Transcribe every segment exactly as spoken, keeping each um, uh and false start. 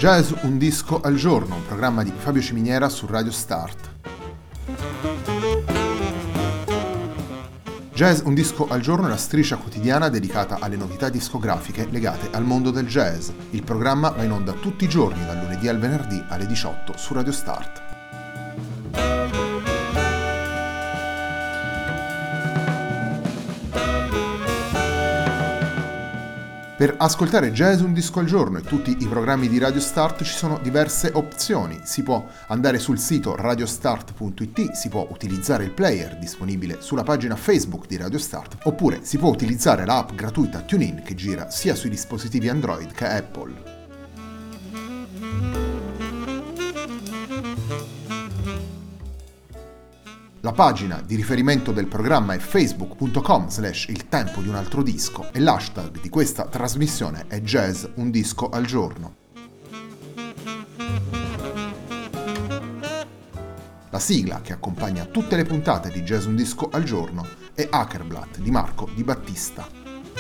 Jazz un disco al giorno, un programma di Fabio Ciminiera su Radio Start. Jazz un disco al giorno è la striscia quotidiana dedicata alle novità discografiche legate al mondo del jazz. Il programma va in onda tutti i giorni, dal lunedì al venerdì alle diciotto su Radio Start. Per ascoltare Jazz un disco al giorno e tutti i programmi di Radio Start ci sono diverse opzioni. Si può andare sul sito radiostart punto it, si può utilizzare il player disponibile sulla pagina Facebook di Radio Start, oppure si può utilizzare l'app gratuita TuneIn che gira sia sui dispositivi Android che Apple. La pagina di riferimento del programma è facebook punto com slash il tempo di un altro disco e l'hashtag di questa trasmissione è Jazz un disco al giorno. La sigla che accompagna tutte le puntate di Jazz un disco al giorno è Hackerblatt di Marco Di Battista.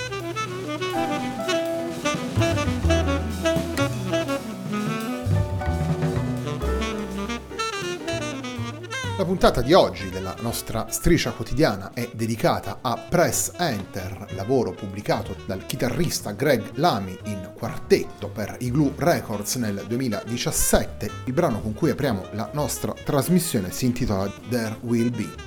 La puntata di oggi della nostra striscia quotidiana è dedicata a Press Enter, lavoro pubblicato dal chitarrista Greg Lamy in quartetto per i Glue Records nel duemiladiciassette. Il brano con cui apriamo la nostra trasmissione si intitola There Will Be.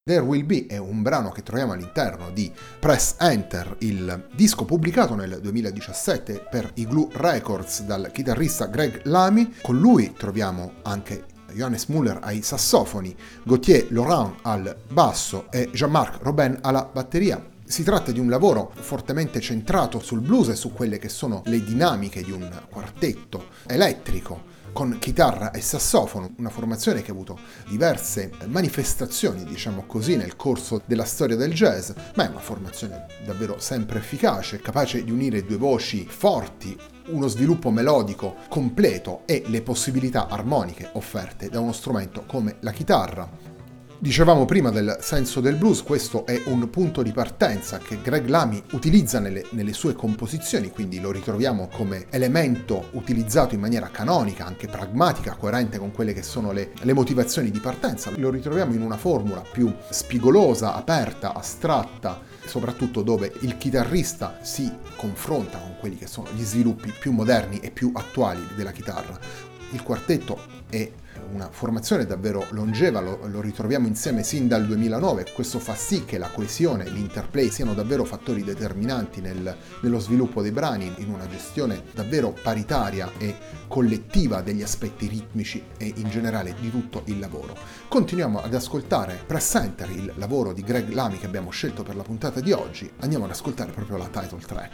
There Will Be è un brano che troviamo all'interno di Press Enter, il disco pubblicato nel duemiladiciassette per i Glue Records dal chitarrista Greg Lamy. Con lui troviamo anche Johannes Müller ai sassofoni, Gauthier Laurent al basso e Jean-Marc Robin alla batteria. Si tratta di un lavoro fortemente centrato sul blues e su quelle che sono le dinamiche di un quartetto elettrico con chitarra e sassofono, una formazione che ha avuto diverse manifestazioni, diciamo così, nel corso della storia del jazz, ma è una formazione davvero sempre efficace, capace di unire due voci forti, uno sviluppo melodico completo e le possibilità armoniche offerte da uno strumento come la chitarra. Dicevamo prima del senso del blues, questo è un punto di partenza che Greg Lamy utilizza nelle, nelle sue composizioni, quindi lo ritroviamo come elemento utilizzato in maniera canonica, anche pragmatica, coerente con quelle che sono le, le motivazioni di partenza. Lo ritroviamo in una formula più spigolosa, aperta, astratta, soprattutto dove il chitarrista si confronta con quelli che sono gli sviluppi più moderni e più attuali della chitarra. Il quartetto è una formazione davvero longeva, lo, lo ritroviamo insieme sin dal duemilanove, questo fa sì che la coesione e l'interplay siano davvero fattori determinanti nel, nello sviluppo dei brani, in una gestione davvero paritaria e collettiva degli aspetti ritmici e in generale di tutto il lavoro. Continuiamo ad ascoltare Press Enter, il lavoro di Greg Lamy che abbiamo scelto per la puntata di oggi. Andiamo ad ascoltare proprio la title track.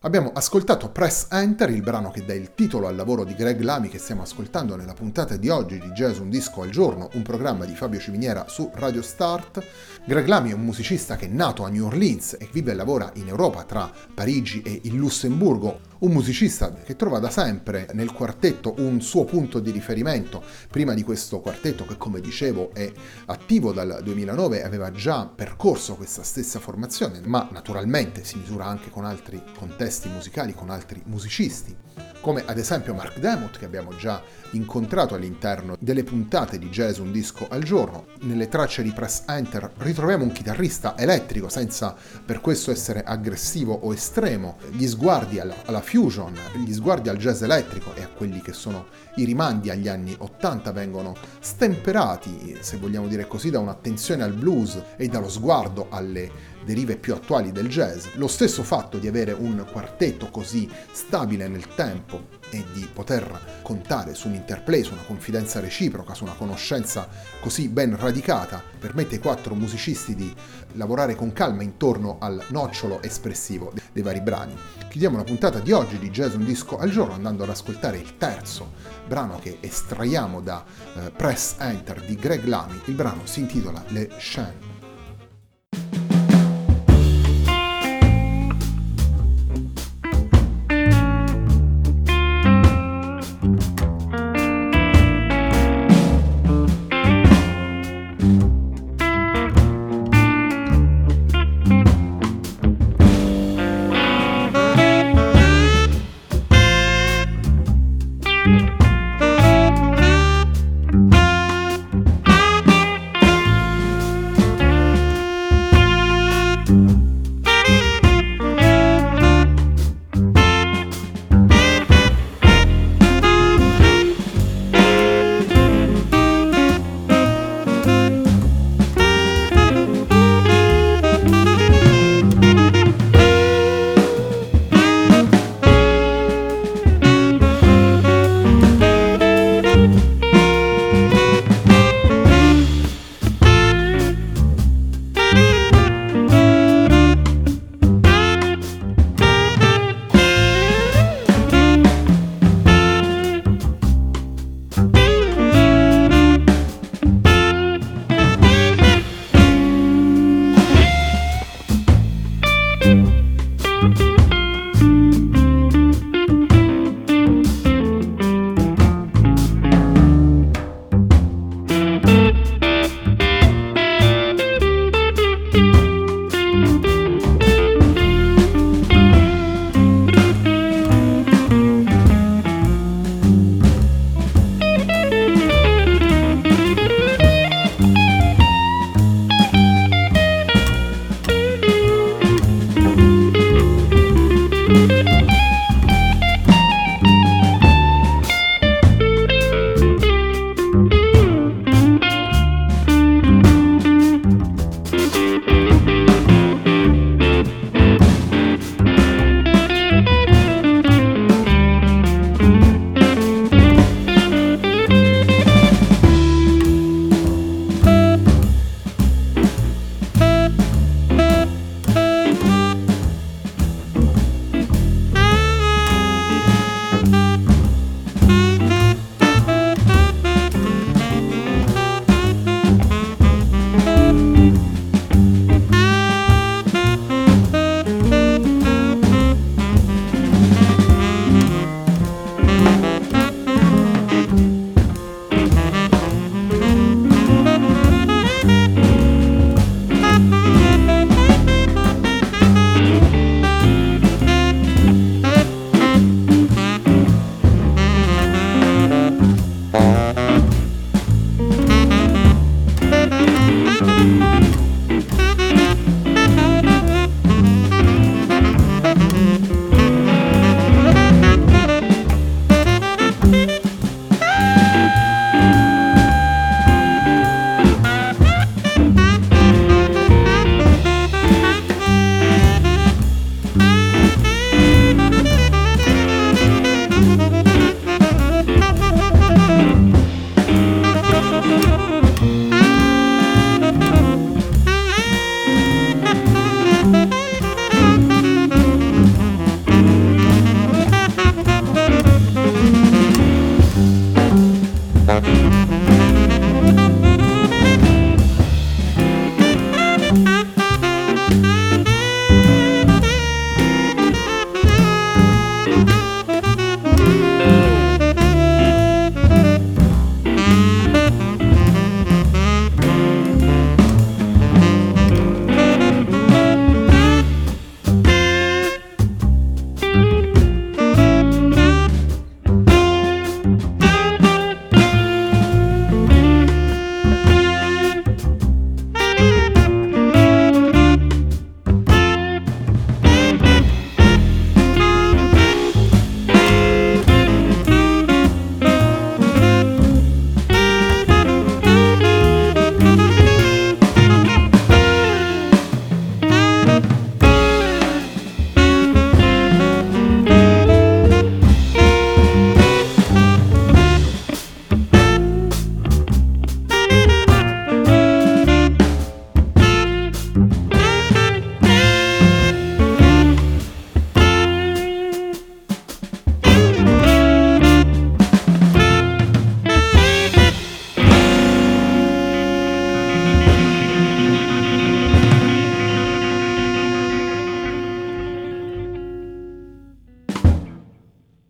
Abbiamo ascoltato Press Enter, il brano che dà il titolo al lavoro di Greg Lamy che stiamo ascoltando nella puntata di oggi di Jazz Un Disco al Giorno, un programma di Fabio Ciminiera su Radio Start. Greg Lamy è un musicista che è nato a New Orleans e vive e lavora in Europa tra Parigi e il Lussemburgo, un musicista che trova da sempre nel quartetto un suo punto di riferimento. Prima di questo quartetto, che come dicevo è attivo dal duemilanove, aveva già percorso questa stessa formazione, ma naturalmente si misura anche con altri contesti musicali, con altri musicisti, come ad esempio Mark Demuth, che abbiamo già incontrato all'interno delle puntate di Jazz Un Disco al Giorno. Nelle tracce di Press Enter ritroviamo un chitarrista elettrico, senza per questo essere aggressivo o estremo, gli sguardi alla, alla fusion, gli sguardi al jazz elettrico e a quelli che sono i rimandi agli anni ottanta vengono stemperati, se vogliamo dire così, da un'attenzione al blues e dallo sguardo alle derive più attuali del jazz. Lo stesso fatto di avere un quartetto così stabile nel tempo e di poter contare su un interplay, su una confidenza reciproca, su una conoscenza così ben radicata, permette ai quattro musicisti di lavorare con calma intorno al nocciolo espressivo dei vari brani. Chiudiamo la puntata di oggi di Jazz Un Disco al Giorno andando ad ascoltare il terzo brano che estraiamo da eh, Press Enter di Greg Lamy. Il brano si intitola Le Chant.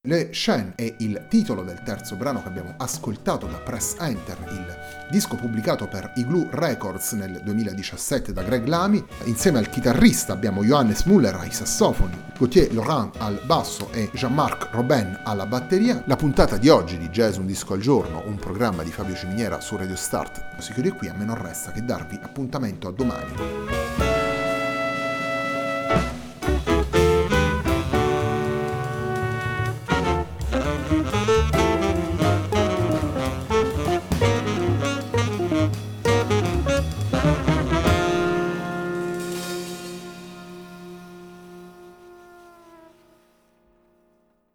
Le Chaînes è il titolo del terzo brano che abbiamo ascoltato da Press Enter, il disco pubblicato per Igloo Records nel duemiladiciassette da Greg Lamy. Insieme al chitarrista abbiamo Johannes Müller ai sassofoni, Gauthier Laurent al basso e Jean-Marc Robin alla batteria. La puntata di oggi di Jazz Un Disco al Giorno, un programma di Fabio Ciminiera su Radio Start, si chiude qui. A me non resta che darvi appuntamento a domani. Thank you.